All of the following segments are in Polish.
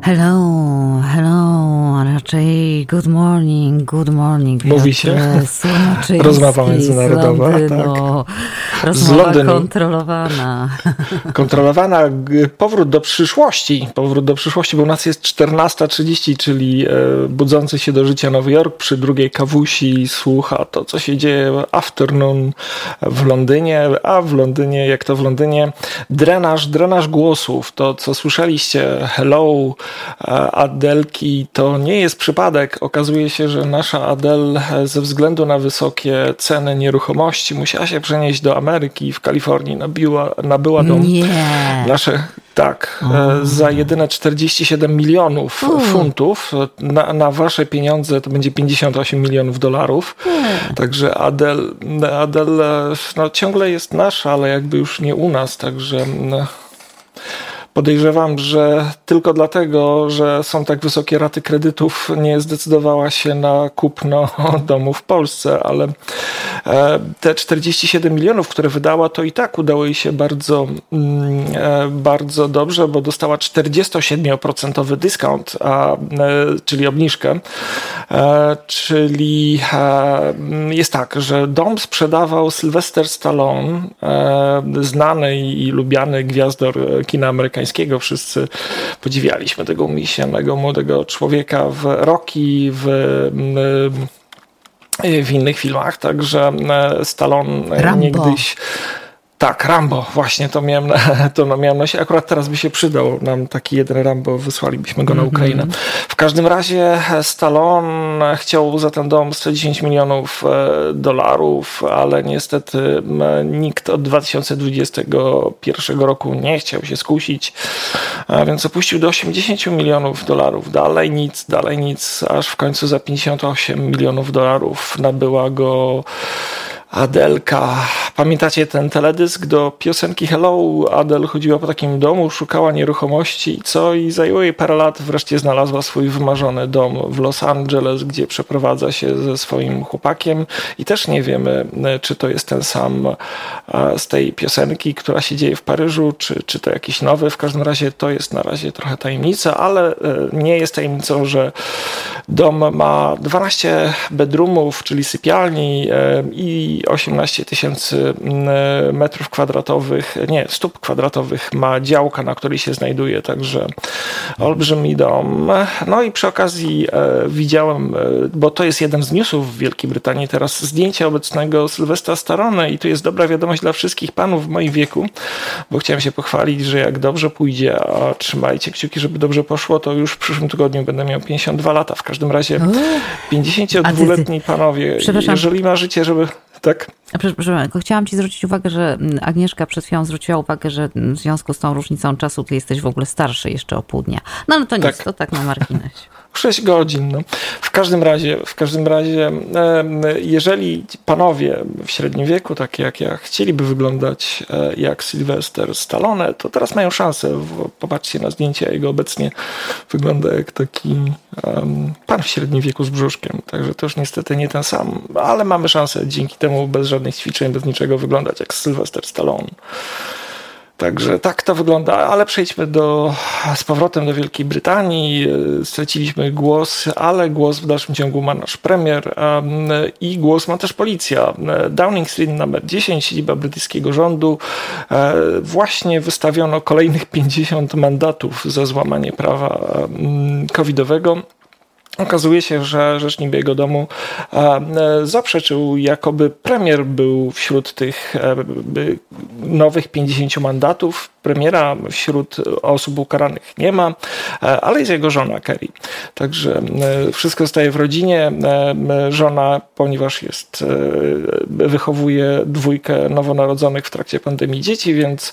Hello, raczej good morning. Mówi się. Rozmowa międzynarodowa. Rozmowa kontrolowana. Kontrolowana. Powrót do przyszłości, bo u nas jest 14:30, czyli budzący się do życia Nowy Jork przy drugiej kawusi słucha to, co się dzieje afternoon w Londynie, a w Londynie, jak to w Londynie, drenaż głosów. To, co słyszeliście, hello, Adelki, to nie jest przypadek. Okazuje się, że nasza Adele ze względu na wysokie ceny nieruchomości musiała się przenieść do Ameryki. W Kalifornii nabyła dom. Za jedyne 47 milionów funtów. Na wasze pieniądze to będzie 58 milionów dolarów. Także Adele ciągle jest nasza, ale jakby już nie u nas. Także podejrzewam, że tylko dlatego, że są tak wysokie raty kredytów, nie zdecydowała się na kupno domu w Polsce, ale te 47 milionów, które wydała, to i tak udało jej się bardzo dobrze, bo dostała 47% dyskont, czyli obniżkę. Czyli jest tak, że dom sprzedawał Sylvester Stallone, znany i lubiany gwiazdor kina amerykańskiego. Wszyscy podziwialiśmy tego umieśnionego młodego człowieka w Rocky, w innych filmach, także Stallone Rambo. niegdyś... Tak, Rambo, właśnie to miałem na się. Akurat teraz by się przydał nam taki jeden Rambo, wysłalibyśmy go na Ukrainę. W każdym razie Stallone chciał za ten dom 110 milionów dolarów, ale niestety nikt od 2021 roku nie chciał się skusić, więc opuścił do 80 milionów dolarów. Dalej nic, aż w końcu za 58 milionów dolarów nabyła go Adelka. Pamiętacie ten teledysk do piosenki Hello? Adele chodziła po takim domu, szukała nieruchomości i zajęło jej parę lat. Wreszcie znalazła swój wymarzony dom w Los Angeles, gdzie przeprowadza się ze swoim chłopakiem i też nie wiemy, czy to jest ten sam z tej piosenki, która się dzieje w Paryżu, czy to jakiś nowy. W każdym razie to jest na razie trochę tajemnica, ale nie jest tajemnicą, że dom ma 12 bedroomów, czyli sypialni i 18 tysięcy metrów kwadratowych, stóp kwadratowych ma działka, na której się znajduje, także olbrzymi dom. No i przy okazji widziałem, bo to jest jeden z newsów w Wielkiej Brytanii teraz, zdjęcie obecnego Sylwestra Stallone i tu jest dobra wiadomość dla wszystkich panów w moim wieku, bo chciałem się pochwalić, że jak dobrze pójdzie, a trzymajcie kciuki, żeby dobrze poszło, to już w przyszłym tygodniu będę miał 52 lata. W każdym razie 52-letni panowie, jeżeli marzycie, żeby... Tak? Przepraszam, chciałam ci zwrócić uwagę, że Agnieszka przed chwilą zwróciła uwagę, że w związku z tą różnicą czasu ty jesteś w ogóle starszy jeszcze o pół dnia. No ale to nic, to tak na marginesie. 6 godzin. No. W każdym razie, jeżeli panowie w średnim wieku, tak jak ja, chcieliby wyglądać jak Sylvester Stallone, to teraz mają szansę. Popatrzcie na zdjęcie, jego obecnie wygląda jak taki pan w średnim wieku z brzuszkiem. Także to już niestety nie ten sam, ale mamy szansę dzięki temu bez żadnych ćwiczeń, bez niczego wyglądać jak Sylvester Stallone. Także tak to wygląda, ale przejdźmy z powrotem do Wielkiej Brytanii. Straciliśmy głos, ale głos w dalszym ciągu ma nasz premier i głos ma też policja. Downing Street numer 10, siedziba brytyjskiego rządu. Właśnie wystawiono kolejnych 50 mandatów za złamanie prawa covidowego. Okazuje się, że rzecznik Białego Domu zaprzeczył, jakoby premier był wśród tych nowych 50 mandatów. Premiera wśród osób ukaranych nie ma, ale jest jego żona Kerry. Także wszystko zostaje w rodzinie. Żona, ponieważ wychowuje 2 nowonarodzonych w trakcie pandemii dzieci, więc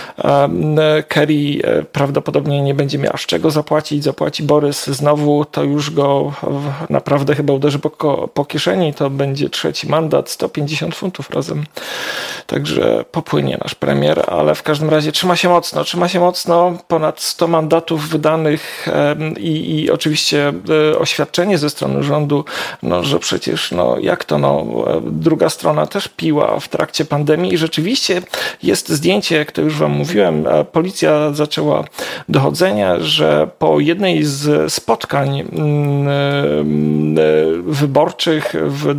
Kerry prawdopodobnie nie będzie miała z czego zapłacić. Zapłaci Borys znowu, to już go naprawdę chyba uderzy po kieszeni. To będzie 3. mandat, 150 funtów razem. Także popłynie nasz premier, ale w każdym razie trzyma Trzyma się mocno. Ponad 100 mandatów wydanych i oczywiście oświadczenie ze strony rządu, że przecież jak to, druga strona też piła w trakcie pandemii i rzeczywiście jest zdjęcie, jak to już wam mówiłem, policja zaczęła dochodzenia, że po jednej z spotkań wyborczych w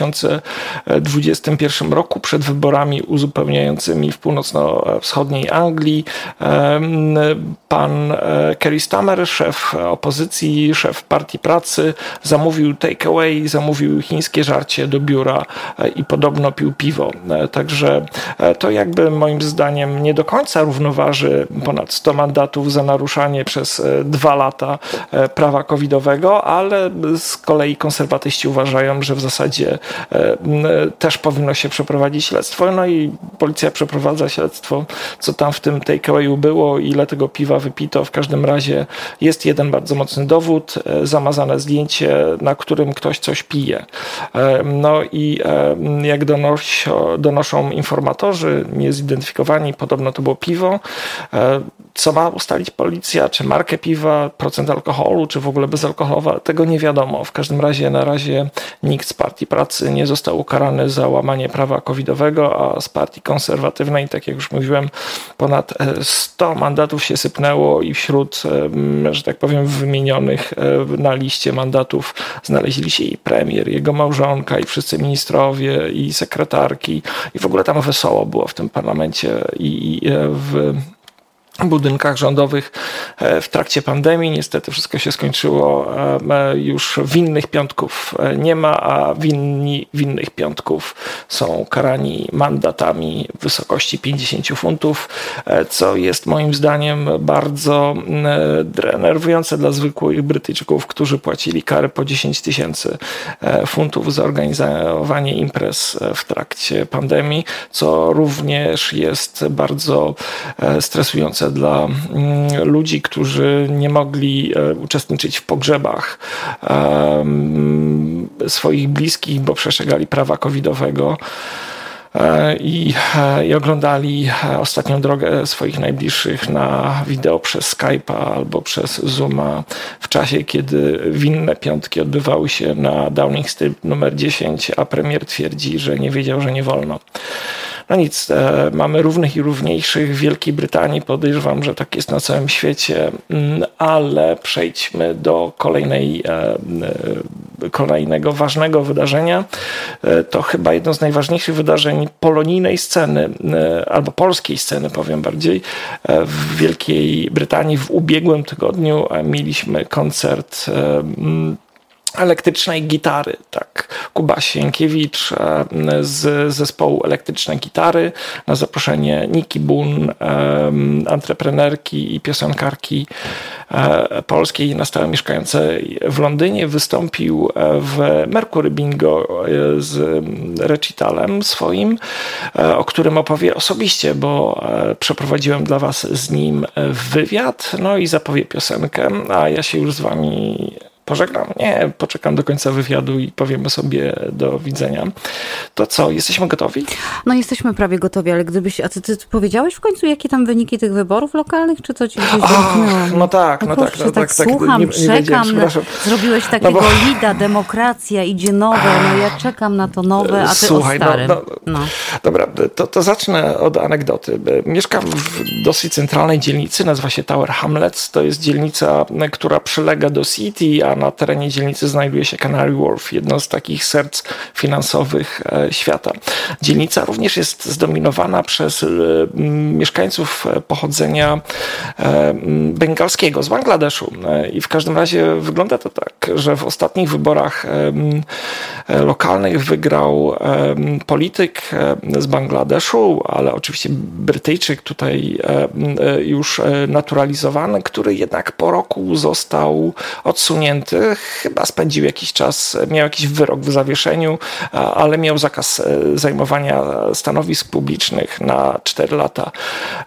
2021 roku przed wyborami uzupełniającymi w północno-wschodniej Anglii pan Keir Starmer, szef opozycji, szef Partii Pracy, zamówił takeaway, zamówił chińskie żarcie do biura i podobno pił piwo. Także to jakby moim zdaniem nie do końca równoważy ponad 100 mandatów za naruszanie przez 2 lata prawa covidowego, ale z kolei konserwatyści uważają, że w zasadzie też powinno się przeprowadzić śledztwo. I policja przeprowadza śledztwo, co tam w tym takeawayu było, ile tego piwa wypito. W każdym razie jest jeden bardzo mocny dowód, zamazane zdjęcie, na którym ktoś coś pije. I jak donoszą informatorzy niezidentyfikowani, podobno to było piwo. Co ma ustalić policja? Czy markę piwa, procent alkoholu, czy w ogóle bezalkoholowa? Tego nie wiadomo. W każdym razie na razie nikt z Partii Pracy nie został ukarany za łamanie prawa covidowego, a z Partii Konserwatywnej, tak jak już mówiłem, ponad 100 mandatów się sypnęło i wśród, że tak powiem, wymienionych na liście mandatów znaleźli się i premier, jego małżonka, i wszyscy ministrowie, i sekretarki. I w ogóle tam wesoło było w tym parlamencie i w budynkach rządowych w trakcie pandemii. Niestety wszystko się skończyło. Już winnych piątków nie ma, a winni winnych piątków są karani mandatami w wysokości 50 funtów, co jest moim zdaniem bardzo denerwujące dla zwykłych Brytyjczyków, którzy płacili kary po 10 000 funtów za organizowanie imprez w trakcie pandemii, co również jest bardzo stresujące dla ludzi, którzy nie mogli uczestniczyć w pogrzebach swoich bliskich, bo przestrzegali prawa covidowego i oglądali ostatnią drogę swoich najbliższych na wideo przez Skype'a albo przez Zooma w czasie, kiedy winne piątki odbywały się na Downing Street numer 10, a premier twierdzi, że nie wiedział, że nie wolno. Nic, mamy równych i równiejszych w Wielkiej Brytanii, podejrzewam, że tak jest na całym świecie, ale przejdźmy do kolejnego ważnego wydarzenia. To chyba jedno z najważniejszych wydarzeń polonijnej sceny, albo polskiej sceny, powiem bardziej. W Wielkiej Brytanii w ubiegłym tygodniu mieliśmy koncert elektrycznej gitary, tak. Kuba Sienkiewicz z zespołu Elektryczne Gitary na zaproszenie Niki Boon, antreprenerki i piosenkarki polskiej na stałe mieszkającej w Londynie, wystąpił w Mercury Bingo z recitalem swoim, o którym opowie osobiście, bo przeprowadziłem dla was z nim wywiad, i zapowie piosenkę, a ja się już z wami pożegnam? Nie, poczekam do końca wywiadu i powiemy sobie do widzenia. To co, jesteśmy gotowi? Jesteśmy prawie gotowi, ale a ty powiedziałeś w końcu, jakie tam wyniki tych wyborów lokalnych, czy co ci gdzieś tak. Słucham, czekam. Zrobiłeś takiego lida, demokracja, idzie nowe, ja czekam na to nowe, a ty słuchaj, o starym. Dobra, to zacznę od anegdoty. Mieszkam w dosyć centralnej dzielnicy, nazywa się Tower Hamlets. To jest dzielnica, która przylega do City, a na terenie dzielnicy znajduje się Canary Wharf, jedno z takich serc finansowych świata. Dzielnica również jest zdominowana przez mieszkańców pochodzenia bengalskiego, z Bangladeszu. I w każdym razie wygląda to tak, że w ostatnich wyborach lokalnych wygrał polityk z Bangladeszu, ale oczywiście Brytyjczyk tutaj już naturalizowany, który jednak po roku został odsunięty. Chyba spędził jakiś czas, miał jakiś wyrok w zawieszeniu, ale miał zakaz zajmowania stanowisk publicznych na 4 lata.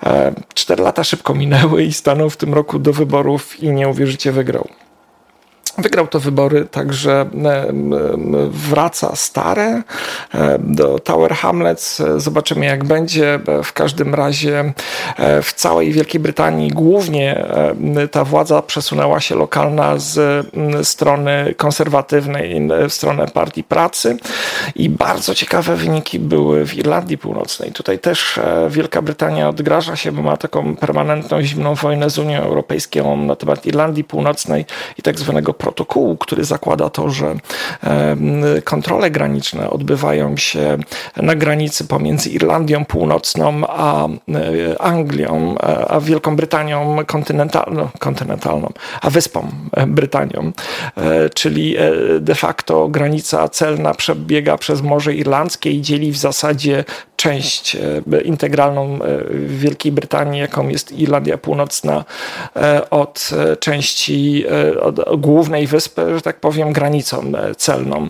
4 lata szybko minęły i stanął w tym roku do wyborów i nie uwierzycie, wygrał. Wygrał to wybory, także wraca stare do Tower Hamlets. Zobaczymy, jak będzie. W każdym razie w całej Wielkiej Brytanii głównie ta władza przesunęła się lokalna z strony konserwatywnej w stronę Partii Pracy i bardzo ciekawe wyniki były w Irlandii Północnej. Tutaj też Wielka Brytania odgraża się, bo ma taką permanentną zimną wojnę z Unią Europejską na temat Irlandii Północnej i tak zwanego protokołu, który zakłada to, że kontrole graniczne odbywają się na granicy pomiędzy Irlandią Północną a Anglią, a Wielką Brytanią kontynentalną, a Wyspą Brytanią, czyli de facto granica celna przebiega przez Morze Irlandzkie i dzieli w zasadzie część integralną Wielkiej Brytanii, jaką jest Irlandia Północna, od części od głównej wyspy, że tak powiem, granicą celną.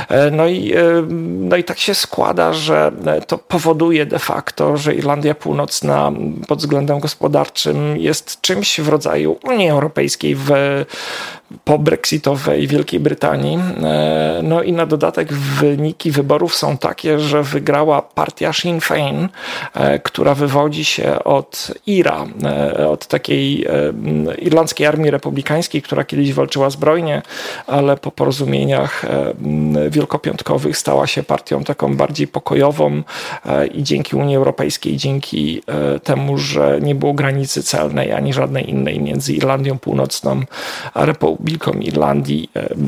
No i tak się składa, że to powoduje de facto, że Irlandia Północna pod względem gospodarczym jest czymś w rodzaju Unii Europejskiej po brexitowej Wielkiej Brytanii. No i na dodatek wyniki wyborów są takie, że wygrała partia Sinn Féin, która wywodzi się od IRA, od takiej Irlandzkiej Armii Republikańskiej, która kiedyś walczyła zbrojnie, ale po porozumieniach wielkopiątkowych stała się partią taką bardziej pokojową i dzięki Unii Europejskiej, dzięki temu, że nie było granicy celnej ani żadnej innej między Irlandią Północną a Republiką Irlandii,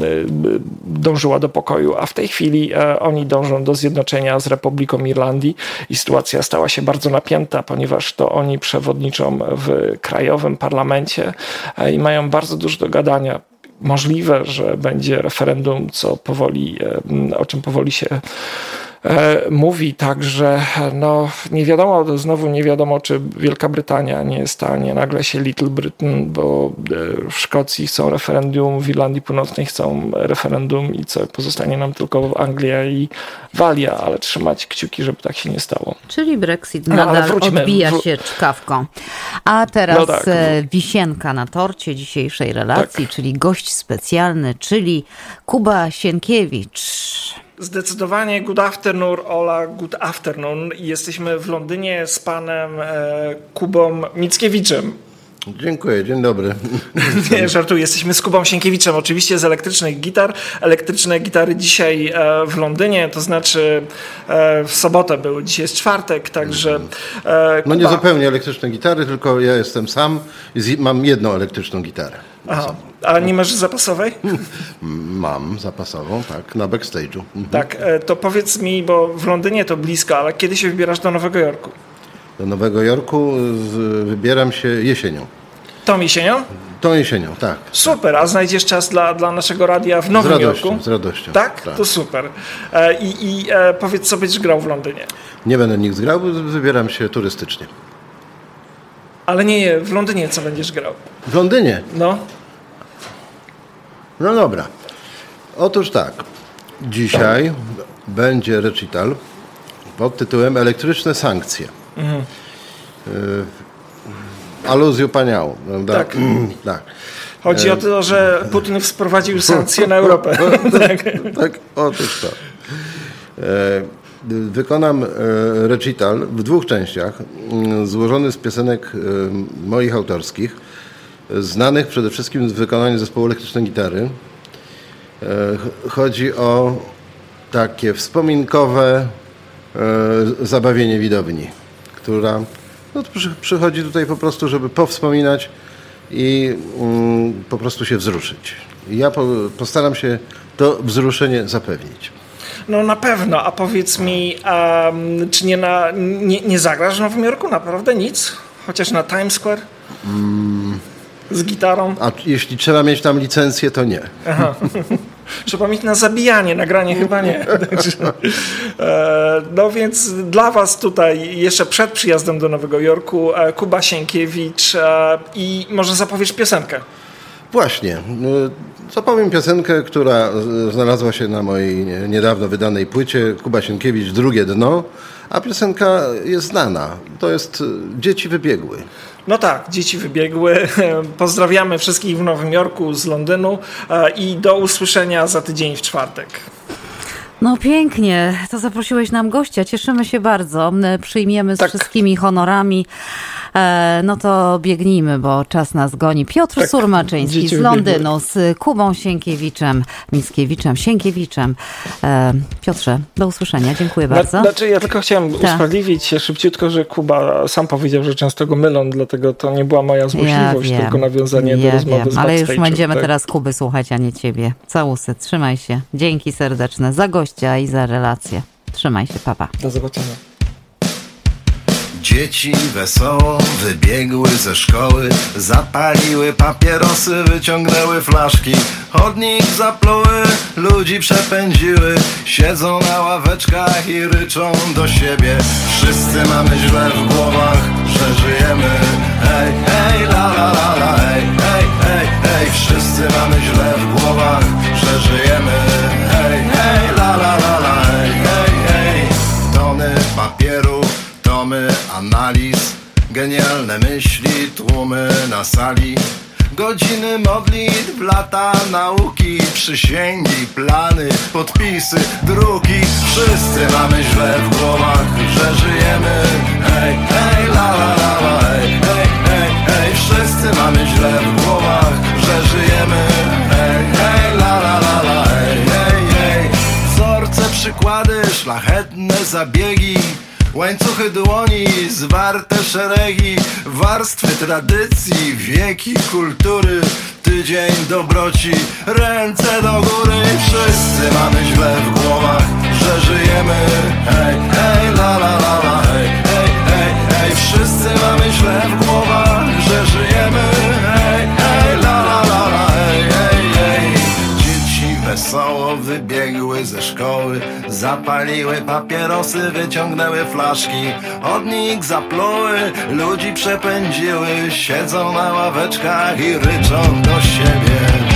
dążyła do pokoju, a w tej chwili oni dążą do zjednoczenia z Republiką Irlandii i sytuacja stała się bardzo napięta, ponieważ to oni przewodniczą w krajowym parlamencie i mają bardzo dużo do gadania. Możliwe, że będzie referendum, o czym powoli się mówi, także nie wiadomo, czy Wielka Brytania nie stanie nagle się Little Britain, bo w Szkocji chcą referendum, w Irlandii Północnej chcą referendum i co pozostanie nam tylko Anglia i Walia, ale trzymać kciuki, żeby tak się nie stało. Czyli Brexit nadal odbija się czkawką. A teraz wisienka na torcie dzisiejszej relacji, czyli gość specjalny, czyli Kuba Sienkiewicz. Zdecydowanie good afternoon, Ola, good afternoon. Jesteśmy w Londynie z panem Kubą Mickiewiczem. Dziękuję, dzień dobry. Nie, żartuję, jesteśmy z Kubą Sienkiewiczem, oczywiście z elektrycznych gitar. Elektryczne gitary dzisiaj w Londynie, to znaczy w sobotę były, dzisiaj jest czwartek, także... No nie zupełnie elektryczne gitary, tylko ja jestem sam i mam jedną elektryczną gitarę. Aha. A nie masz zapasowej? Mam zapasową, tak, na backstage'u. Tak, to powiedz mi, bo w Londynie to blisko, ale kiedy się wybierasz do Nowego Jorku? Do Nowego Jorku wybieram się jesienią. Tą jesienią? Tą jesienią, tak. Super, a znajdziesz czas dla naszego radia w Nowym Jorku? Z radością. Tak? To super. I powiedz, co będziesz grał w Londynie? Nie będę nic grał, wybieram się turystycznie. Ale nie, w Londynie co będziesz grał? W Londynie? No. No dobra. Otóż tak. Dzisiaj będzie recital pod tytułem Elektryczne sankcje. Aluzją paniału, prawda? Tak. Tak. Chodzi o to, że Putin wprowadził sankcje na Europę. Tak, otóż to. Wykonam recital w 2 częściach, złożony z piosenek moich autorskich, znanych przede wszystkim z wykonania zespołu Elektrycznej Gitary. Chodzi o takie wspominkowe zabawienie widowni, która przychodzi tutaj po prostu, żeby powspominać i po prostu się wzruszyć. I ja postaram się to wzruszenie zapewnić. No na pewno, a powiedz mi, czy nie zagrasz w Nowym Jorku? Naprawdę nic? Chociaż na Times Square? Z gitarą? A jeśli trzeba mieć tam licencję, to nie. Aha. Trzeba mieć na zabijanie, nagranie chyba nie. No więc dla was tutaj jeszcze przed przyjazdem do Nowego Jorku Kuba Sienkiewicz i może zapowiesz piosenkę. Właśnie. Zapowiem piosenkę, która znalazła się na mojej niedawno wydanej płycie Kuba Sienkiewicz Drugie dno, a piosenka jest znana. To jest Dzieci wybiegły. No tak, dzieci wybiegły. Pozdrawiamy wszystkich w Nowym Jorku, z Londynu i do usłyszenia za tydzień w czwartek. No pięknie, to zaprosiłeś nam gościa, cieszymy się bardzo, przyjmiemy z wszystkimi honorami. No to biegnijmy, bo czas nas goni. Piotr Surmaczyński z Londynu, z Kubą Sienkiewiczem, Sienkiewiczem. Piotrze, do usłyszenia, dziękuję bardzo. Znaczy ja tylko chciałem usprawiedliwić się szybciutko, że Kuba sam powiedział, że często go mylą, dlatego to nie była moja złośliwość, tylko nawiązanie do rozmowy z ale już będziemy teraz Kuby słuchać, a nie ciebie. Całusy, trzymaj się. Dzięki serdeczne za gościa i za relację. Trzymaj się, papa. Do zobaczenia. Dzieci wesoło wybiegły ze szkoły, zapaliły papierosy, wyciągnęły flaszki, chodnik zapluły, ludzi przepędziły, siedzą na ławeczkach i ryczą do siebie. Wszyscy mamy źle w głowach, że żyjemy. Hej, hej, la la la la, hej, hej, hej, hej. Wszyscy mamy źle w głowach, że żyjemy. Hej, hej, la la la la, hej, hej, hej. Tony papieru, tomy analiz, genialne myśli, tłumy na sali, godziny modlitw, lata nauki, przysięgi, plany, podpisy, druki. Wszyscy mamy źle w głowach, że żyjemy. Hej, hej, la la la la, hej, hej, hej, hej. Wszyscy mamy źle w głowach, że żyjemy. Hej, hej, la la la la, hej, hej, hej. Wzorce, przykłady, szlachetne zabiegi, łańcuchy dłoni, zwarte szeregi, warstwy tradycji, wieki kultury, tydzień dobroci, ręce do góry. Wszyscy mamy źle w głowach, że żyjemy. Hej, hej, la la la la, hej, hej, hej, hej. Wszyscy mamy źle w głowach, że żyjemy. Hej, hej, la la la la, hej, hej, hej. Dzieci wesoło wybiegły ze szkoły, zapaliły papierosy, wyciągnęły flaszki, chodnik zapluły, ludzi przepędziły, siedzą na ławeczkach i ryczą do siebie.